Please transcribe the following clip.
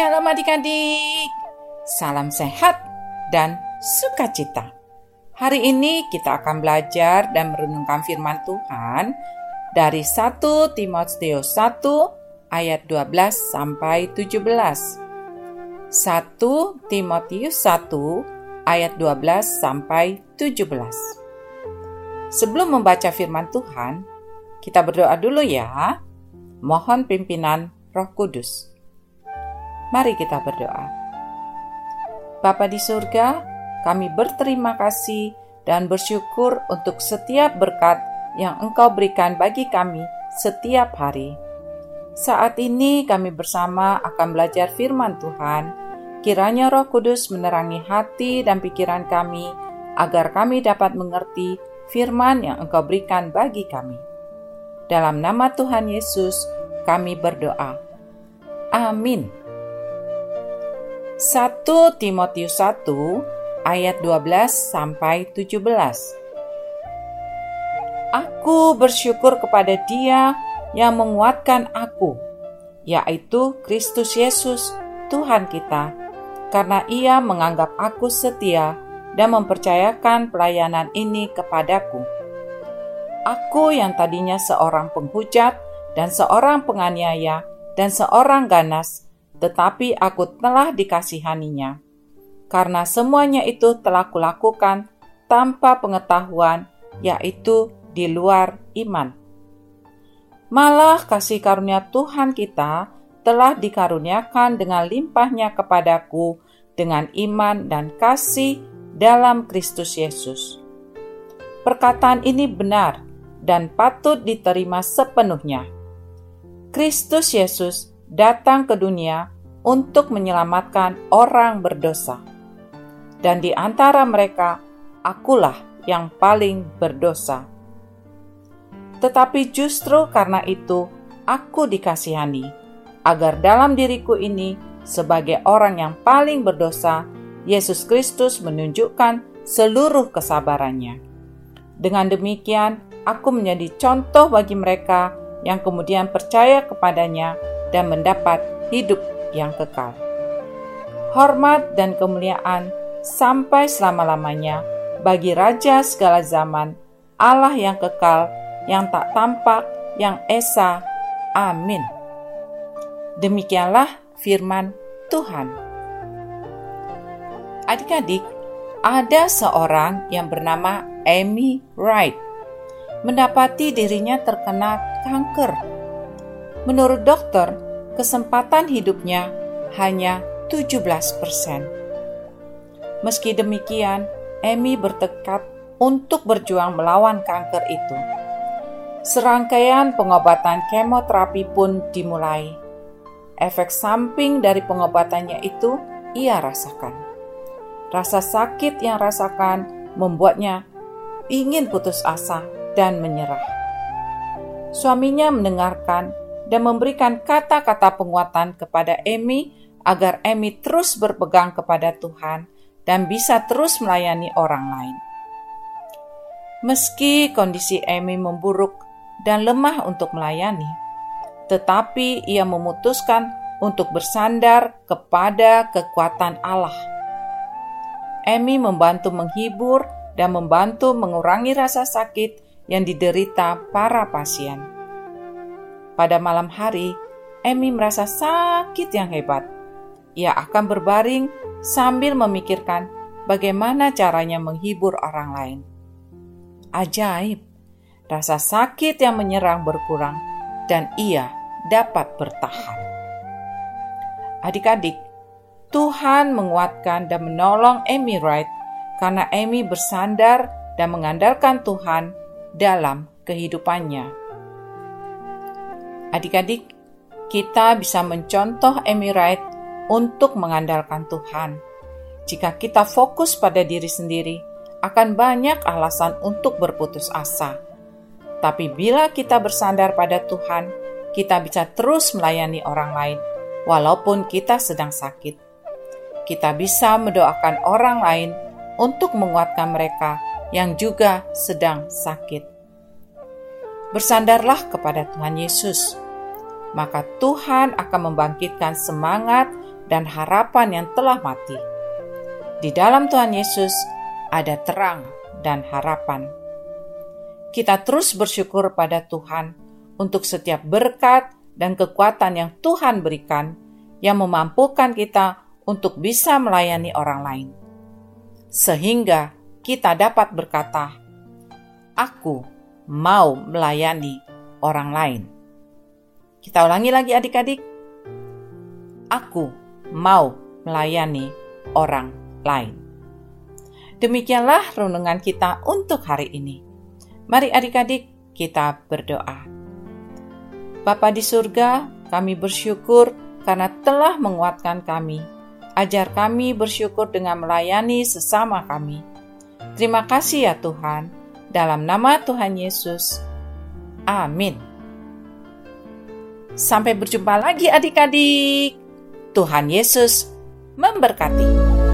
Shalom adik-adik, salam sehat dan sukacita. Hari ini kita akan belajar dan merenungkan firman Tuhan dari 1 Timotius 1 ayat 12 sampai 17. 1 Timotius 1 ayat 12 sampai 17. Sebelum membaca firman Tuhan, kita berdoa dulu ya. Mohon pimpinan Roh Kudus. Mari kita berdoa. Bapa di surga, kami berterima kasih dan bersyukur untuk setiap berkat yang Engkau berikan bagi kami setiap hari. Saat ini kami bersama akan belajar firman Tuhan. Kiranya Roh Kudus menerangi hati dan pikiran kami agar kami dapat mengerti firman yang Engkau berikan bagi kami. Dalam nama Tuhan Yesus kami berdoa. Amin. 1 Timotius 1 ayat 12 sampai 17. Aku bersyukur kepada Dia yang menguatkan aku, yaitu Kristus Yesus, Tuhan kita, karena Ia menganggap aku setia dan mempercayakan pelayanan ini kepadaku. Aku yang tadinya seorang penghujat dan seorang penganiaya dan seorang ganas, tetapi aku telah dikasihaninya. Karena semuanya itu telah kulakukan tanpa pengetahuan, yaitu di luar iman. Malah kasih karunia Tuhan kita telah dikaruniakan dengan limpahnya kepadaku dengan iman dan kasih dalam Kristus Yesus. Perkataan ini benar dan patut diterima sepenuhnya. Kristus Yesus datang ke dunia untuk menyelamatkan orang berdosa. Dan di antara mereka, akulah yang paling berdosa. Tetapi justru karena itu, aku dikasihani, agar dalam diriku ini, sebagai orang yang paling berdosa, Yesus Kristus menunjukkan seluruh kesabarannya. Dengan demikian, aku menjadi contoh bagi mereka yang kemudian percaya kepadanya dan mendapat hidup yang kekal. Hormat dan kemuliaan sampai selama-lamanya bagi Raja segala zaman, Allah yang kekal, yang tak tampak, yang esa. Amin. Demikianlah firman Tuhan. Adik-adik, ada seorang yang bernama Amy Wright. Mendapati dirinya terkena kanker. Menurut dokter, kesempatan hidupnya hanya 17%. Meski demikian, Amy bertekad untuk berjuang melawan kanker itu. Serangkaian pengobatan kemoterapi pun dimulai. Efek samping dari pengobatannya itu ia rasakan. Rasa sakit yang rasakan membuatnya ingin putus asa dan menyerah. Suaminya mendengarkan dan memberikan kata-kata penguatan kepada Amy agar Amy terus berpegang kepada Tuhan dan bisa terus melayani orang lain. Meski kondisi Amy memburuk dan lemah untuk melayani, tetapi ia memutuskan untuk bersandar kepada kekuatan Allah. Amy membantu menghibur dan membantu mengurangi rasa sakit yang diderita para pasien. Pada malam hari, Amy merasa sakit yang hebat. Ia akan berbaring sambil memikirkan bagaimana caranya menghibur orang lain. Ajaib, rasa sakit yang menyerang berkurang dan ia dapat bertahan. Adik-adik, Tuhan menguatkan dan menolong Amy Wright karena Amy bersandar dan mengandalkan Tuhan dalam kehidupannya. Adik-adik, kita bisa mencontoh Amy Wright untuk mengandalkan Tuhan. Jika kita fokus pada diri sendiri, akan banyak alasan untuk berputus asa. Tapi bila kita bersandar pada Tuhan, kita bisa terus melayani orang lain, walaupun kita sedang sakit. Kita bisa mendoakan orang lain untuk menguatkan mereka yang juga sedang sakit. Bersandarlah kepada Tuhan Yesus, maka Tuhan akan membangkitkan semangat dan harapan yang telah mati. Di dalam Tuhan Yesus ada terang dan harapan. Kita terus bersyukur pada Tuhan untuk setiap berkat dan kekuatan yang Tuhan berikan yang memampukan kita untuk bisa melayani orang lain. Sehingga kita dapat berkata, "Aku mau melayani orang lain." Kita ulangi lagi adik-adik. Aku mau melayani orang lain. Demikianlah renungan kita untuk hari ini. Mari adik-adik kita berdoa. Bapa di surga, kami bersyukur karena telah menguatkan kami. Ajar kami bersyukur dengan melayani sesama kami. Terima kasih ya Tuhan. Dalam nama Tuhan Yesus. Amin. Sampai berjumpa lagi adik-adik. Tuhan Yesus memberkati.